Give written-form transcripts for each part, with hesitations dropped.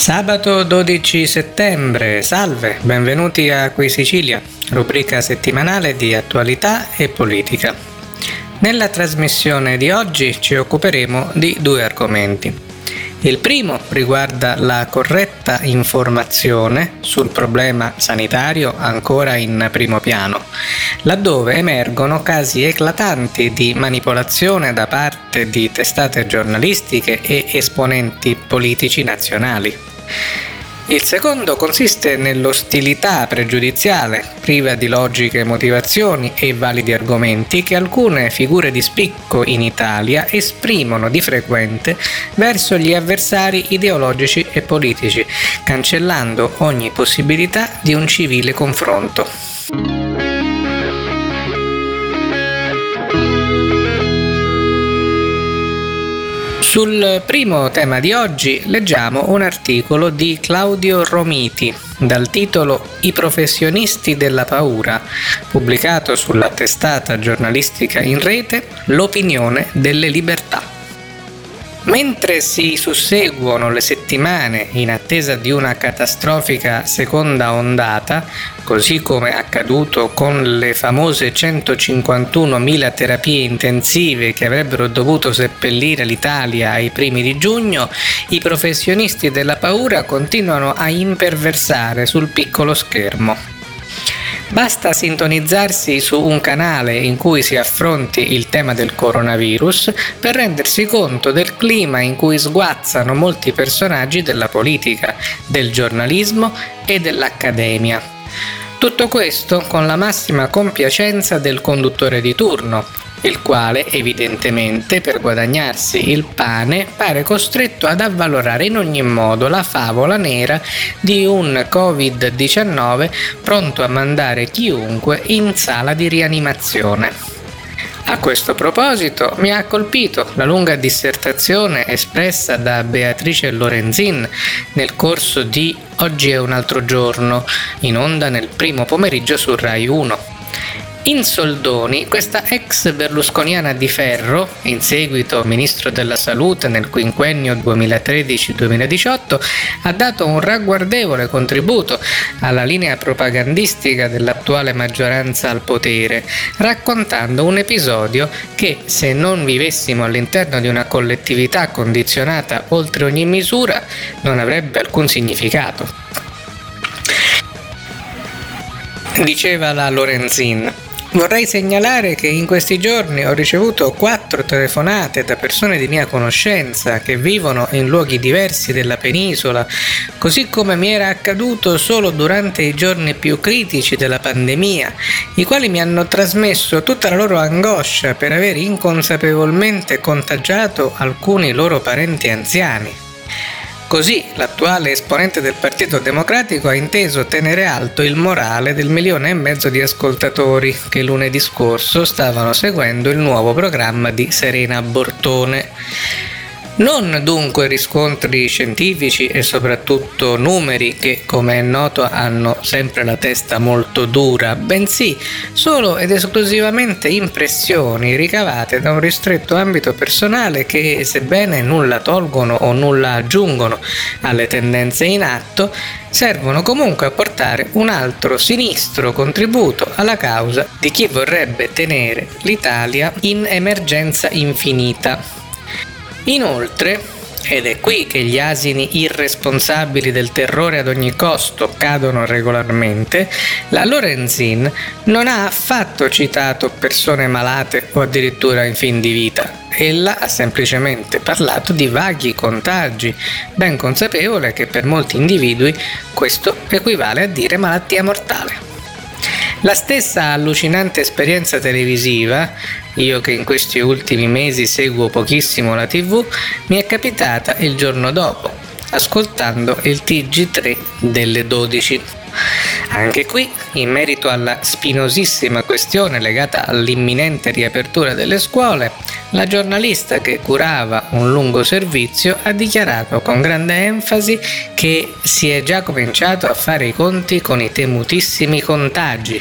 Sabato 12 settembre, salve, benvenuti a Qui Sicilia, rubrica settimanale di attualità e politica. Nella trasmissione di oggi ci occuperemo di due argomenti. Il primo riguarda la corretta informazione sul problema sanitario ancora in primo piano, laddove emergono casi eclatanti di manipolazione da parte di testate giornalistiche e esponenti politici nazionali. Il secondo consiste nell'ostilità pregiudiziale, priva di logiche motivazioni e validi argomenti, che alcune figure di spicco in Italia esprimono di frequente verso gli avversari ideologici e politici, cancellando ogni possibilità di un civile confronto. Sul primo tema di oggi leggiamo un articolo di Claudio Romiti dal titolo I professionisti della paura, pubblicato sulla testata giornalistica in rete L'Opinione delle Libertà. Mentre si susseguono le settimane in attesa di una catastrofica seconda ondata, così come accaduto con le famose 151.000 terapie intensive che avrebbero dovuto seppellire l'Italia ai primi di giugno, i professionisti della paura continuano a imperversare sul piccolo schermo. Basta sintonizzarsi su un canale in cui si affronti il tema del coronavirus per rendersi conto del clima in cui sguazzano molti personaggi della politica, del giornalismo e dell'accademia. Tutto questo con la massima compiacenza del conduttore di turno, il quale evidentemente per guadagnarsi il pane pare costretto ad avvalorare in ogni modo la favola nera di un Covid-19 pronto a mandare chiunque in sala di rianimazione. A questo proposito mi ha colpito la lunga dissertazione espressa da Beatrice Lorenzin nel corso di Oggi è un altro giorno, in onda nel primo pomeriggio su Rai 1. In soldoni, questa ex berlusconiana di ferro, in seguito ministro della salute nel quinquennio 2013-2018, ha dato un ragguardevole contributo alla linea propagandistica dell'attuale maggioranza al potere, raccontando un episodio che, se non vivessimo all'interno di una collettività condizionata oltre ogni misura, non avrebbe alcun significato. Diceva la Lorenzin: vorrei segnalare che in questi giorni ho ricevuto 4 telefonate da persone di mia conoscenza che vivono in luoghi diversi della penisola, così come mi era accaduto solo durante i giorni più critici della pandemia, i quali mi hanno trasmesso tutta la loro angoscia per aver inconsapevolmente contagiato alcuni loro parenti anziani. Così l'attuale esponente del Partito Democratico ha inteso tenere alto il morale del 1,5 milioni di ascoltatori che lunedì scorso stavano seguendo il nuovo programma di Serena Bortone. Non dunque riscontri scientifici e soprattutto numeri che, come è noto, hanno sempre la testa molto dura, bensì solo ed esclusivamente impressioni ricavate da un ristretto ambito personale che, sebbene nulla tolgono o nulla aggiungono alle tendenze in atto, servono comunque a portare un altro sinistro contributo alla causa di chi vorrebbe tenere l'Italia in emergenza infinita. Inoltre, ed è qui che gli asini irresponsabili del terrore ad ogni costo cadono regolarmente, la Lorenzin non ha affatto citato persone malate o addirittura in fin di vita. Ella ha semplicemente parlato di vaghi contagi, ben consapevole che per molti individui questo equivale a dire malattia mortale. La stessa allucinante esperienza televisiva, io che in questi ultimi mesi seguo pochissimo la TV, mi è capitata il giorno dopo, ascoltando il TG3 delle 12. Anche qui, in merito alla spinosissima questione legata all'imminente riapertura delle scuole, la giornalista che curava un lungo servizio ha dichiarato con grande enfasi che si è già cominciato a fare i conti con i temutissimi contagi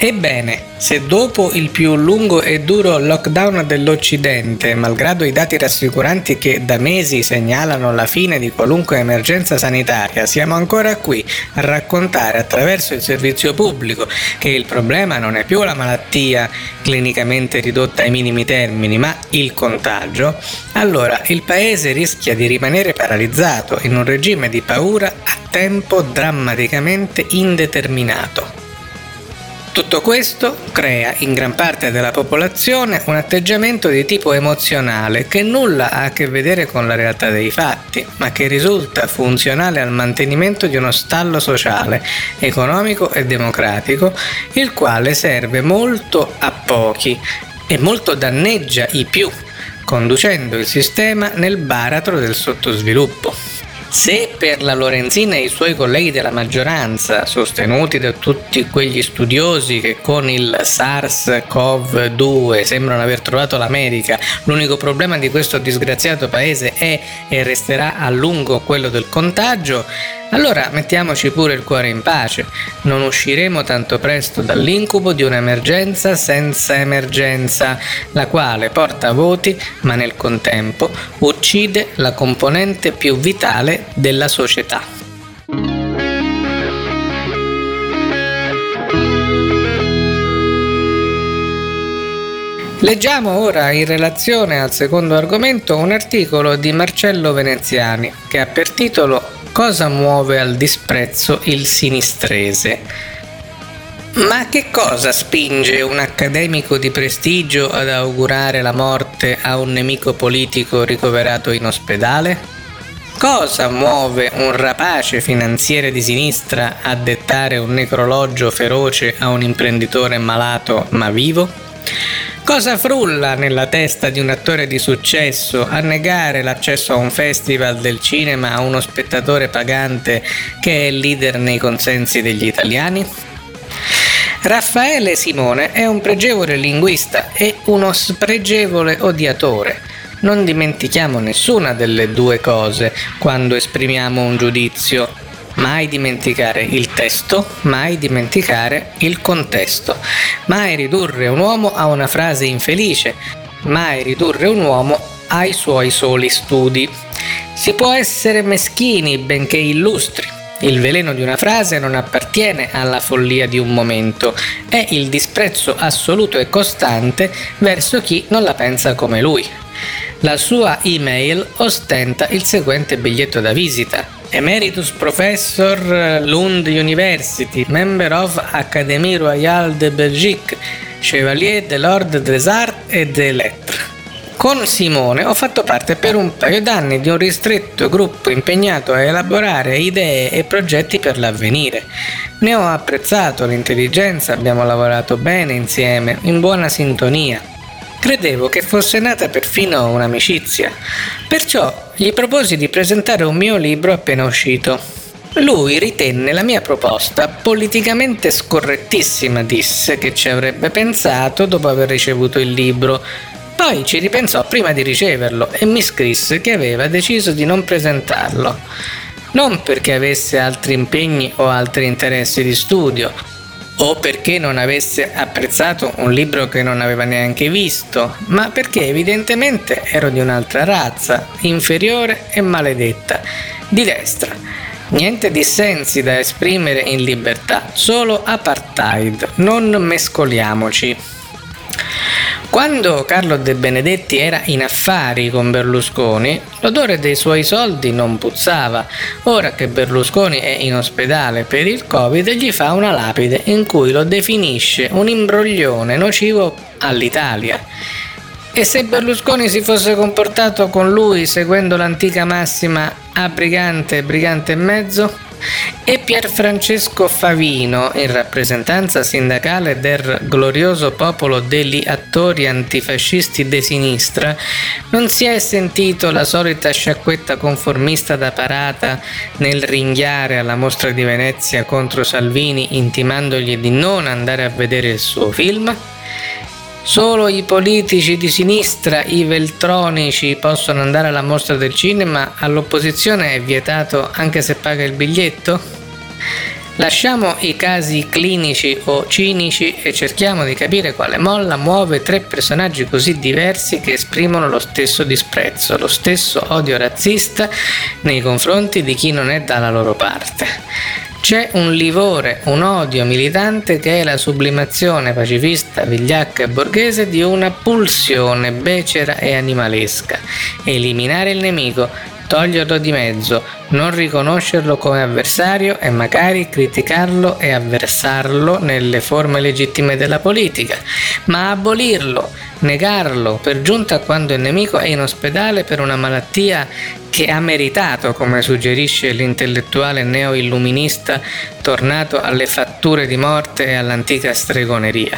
Ebbene, se dopo il più lungo e duro lockdown dell'Occidente, malgrado i dati rassicuranti che da mesi segnalano la fine di qualunque emergenza sanitaria, siamo ancora qui a raccontare attraverso il servizio pubblico che il problema non è più la malattia clinicamente ridotta ai minimi termini, ma il contagio, allora il Paese rischia di rimanere paralizzato in un regime di paura a tempo drammaticamente indeterminato. Tutto questo crea in gran parte della popolazione un atteggiamento di tipo emozionale che nulla ha a che vedere con la realtà dei fatti, ma che risulta funzionale al mantenimento di uno stallo sociale, economico e democratico, il quale serve molto a pochi e molto danneggia i più, conducendo il sistema nel baratro del sottosviluppo. Se per la Lorenzin e i suoi colleghi della maggioranza, sostenuti da tutti quegli studiosi che con il SARS-CoV-2 sembrano aver trovato l'America, l'unico problema di questo disgraziato paese è e resterà a lungo quello del contagio, allora mettiamoci pure il cuore in pace, non usciremo tanto presto dall'incubo di un'emergenza senza emergenza, la quale porta voti ma nel contempo uccide la componente più vitale della società. Leggiamo ora in relazione al secondo argomento un articolo di Marcello Veneziani che ha per titolo Cosa muove al disprezzo il sinistrese? Ma che cosa spinge un accademico di prestigio ad augurare la morte a un nemico politico ricoverato in ospedale? Cosa muove un rapace finanziere di sinistra a dettare un necrologio feroce a un imprenditore malato ma vivo? Cosa frulla nella testa di un attore di successo a negare l'accesso a un festival del cinema a uno spettatore pagante che è leader nei consensi degli italiani? Raffaele Simone è un pregevole linguista e uno spregevole odiatore. Non dimentichiamo nessuna delle due cose quando esprimiamo un giudizio. Mai dimenticare il testo, mai dimenticare il contesto, mai ridurre un uomo a una frase infelice, mai ridurre un uomo ai suoi soli studi. Si può essere meschini benché illustri. Il veleno di una frase non appartiene alla follia di un momento, è il disprezzo assoluto e costante verso chi non la pensa come lui. La sua email ostenta il seguente biglietto da visita. Emeritus Professor Lund University, Member of Académie Royale de Belgique, Chevalier de l'Ordre des Arts et des Lettres. Con Simone ho fatto parte per un paio d'anni di un ristretto gruppo impegnato a elaborare idee e progetti per l'avvenire. Ne ho apprezzato l'intelligenza, abbiamo lavorato bene insieme, in buona sintonia. Credevo che fosse nata perfino un'amicizia, perciò gli proposi di presentare un mio libro appena uscito. Lui ritenne la mia proposta politicamente scorrettissima, disse che ci avrebbe pensato dopo aver ricevuto il libro. Poi ci ripensò prima di riceverlo e mi scrisse che aveva deciso di non presentarlo. Non perché avesse altri impegni o altri interessi di studio, o perché non avesse apprezzato un libro che non aveva neanche visto, ma perché evidentemente ero di un'altra razza, inferiore e maledetta, di destra. Niente dissensi da esprimere in libertà, solo apartheid, non mescoliamoci. Quando Carlo De Benedetti era in affari con Berlusconi, l'odore dei suoi soldi non puzzava. Ora che Berlusconi è in ospedale per il Covid, gli fa una lapide in cui lo definisce un imbroglione nocivo all'Italia. E se Berlusconi si fosse comportato con lui seguendo l'antica massima a brigante, brigante e mezzo? E Pierfrancesco Favino, in rappresentanza sindacale del glorioso popolo degli attori antifascisti de sinistra, non si è sentito la solita sciacquetta conformista da parata nel ringhiare alla Mostra di Venezia contro Salvini intimandogli di non andare a vedere il suo film? Solo i politici di sinistra, i veltronici, possono andare alla mostra del cinema, all'opposizione è vietato anche se paga il biglietto? Lasciamo i casi clinici o cinici e cerchiamo di capire quale molla muove tre personaggi così diversi che esprimono lo stesso disprezzo, lo stesso odio razzista nei confronti di chi non è dalla loro parte. C'è un livore, un odio militante che è la sublimazione pacifista, vigliacca e borghese di una pulsione becera e animalesca. Eliminare il nemico, toglierlo di mezzo, non riconoscerlo come avversario e magari criticarlo e avversarlo nelle forme legittime della politica, ma abolirlo, negarlo, per giunta quando il nemico è in ospedale per una malattia che ha meritato, come suggerisce l'intellettuale neo-illuminista tornato alle fatture di morte e all'antica stregoneria.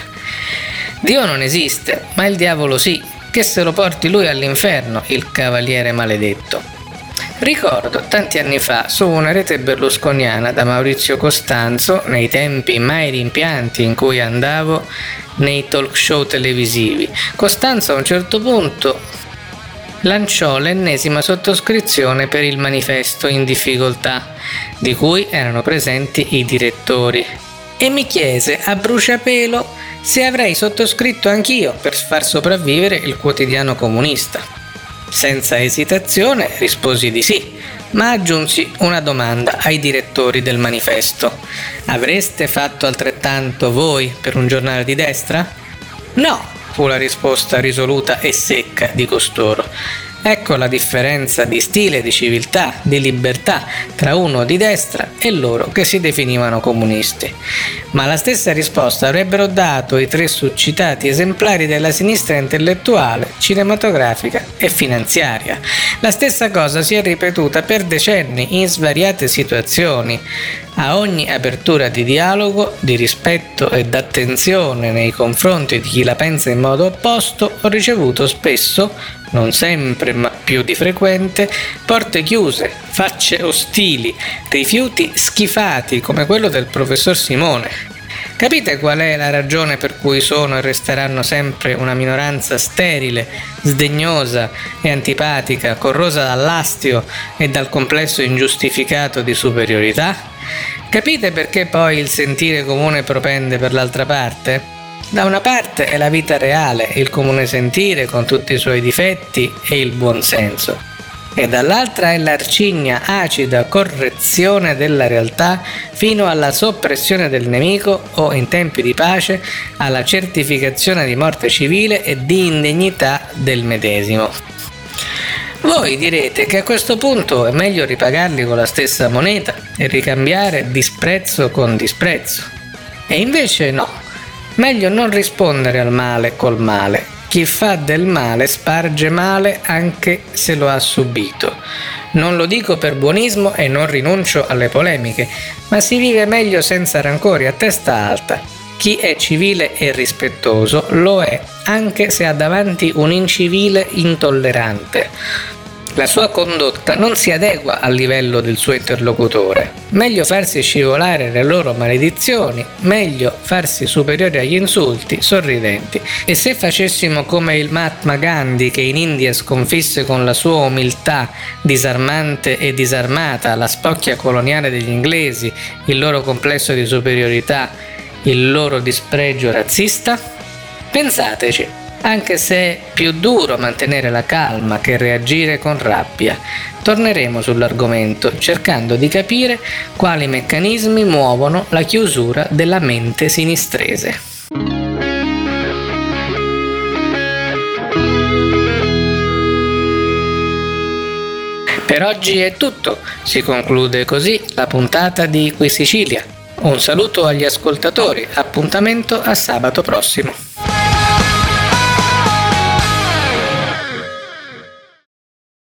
Dio non esiste, ma il diavolo sì, che se lo porti lui all'inferno, il cavaliere maledetto. Ricordo tanti anni fa su una rete berlusconiana da Maurizio Costanzo, nei tempi mai rimpianti in cui andavo nei talk show televisivi, Costanzo a un certo punto lanciò l'ennesima sottoscrizione per il manifesto in difficoltà, di cui erano presenti i direttori, e mi chiese a bruciapelo se avrei sottoscritto anch'io per far sopravvivere il quotidiano comunista. Senza esitazione risposi di sì, ma aggiunsi una domanda ai direttori del manifesto. Avreste fatto altrettanto voi per un giornale di destra? No, fu la risposta risoluta e secca di costoro. Ecco la differenza di stile, di civiltà, di libertà tra uno di destra e loro che si definivano comunisti. Ma la stessa risposta avrebbero dato i tre succitati esemplari della sinistra intellettuale, cinematografica e finanziaria. La stessa cosa si è ripetuta per decenni in svariate situazioni. A ogni apertura di dialogo, di rispetto e d'attenzione nei confronti di chi la pensa in modo opposto, ho ricevuto spesso, non sempre ma più di frequente, porte chiuse, facce ostili, rifiuti schifati come quello del professor Simone. Capite qual è la ragione per cui sono e resteranno sempre una minoranza sterile, sdegnosa e antipatica, corrosa dall'astio e dal complesso ingiustificato di superiorità? Capite perché poi il sentire comune propende per l'altra parte? Da una parte è la vita reale, il comune sentire con tutti i suoi difetti e il buonsenso, e dall'altra è l'arcigna acida correzione della realtà fino alla soppressione del nemico o, in tempi di pace, alla certificazione di morte civile e di indegnità del medesimo. Voi direte che a questo punto è meglio ripagarli con la stessa moneta e ricambiare disprezzo con disprezzo. E invece no, meglio non rispondere al male col male. Chi fa del male sparge male anche se lo ha subito. Non lo dico per buonismo e non rinuncio alle polemiche, ma si vive meglio senza rancori a testa alta. Chi è civile e rispettoso lo è, anche se ha davanti un incivile intollerante. La sua condotta non si adegua al livello del suo interlocutore. Meglio farsi scivolare le loro maledizioni, meglio farsi superiori agli insulti, sorridenti. E se facessimo come il Mahatma Gandhi, che in India sconfisse con la sua umiltà disarmante e disarmata la spocchia coloniale degli inglesi, il loro complesso di superiorità, il loro dispregio razzista? Pensateci. Anche se è più duro mantenere la calma che reagire con rabbia, torneremo sull'argomento cercando di capire quali meccanismi muovono la chiusura della mente sinistrese. Per oggi è tutto, si conclude così la puntata di Qui Sicilia. Un saluto agli ascoltatori, appuntamento a sabato prossimo.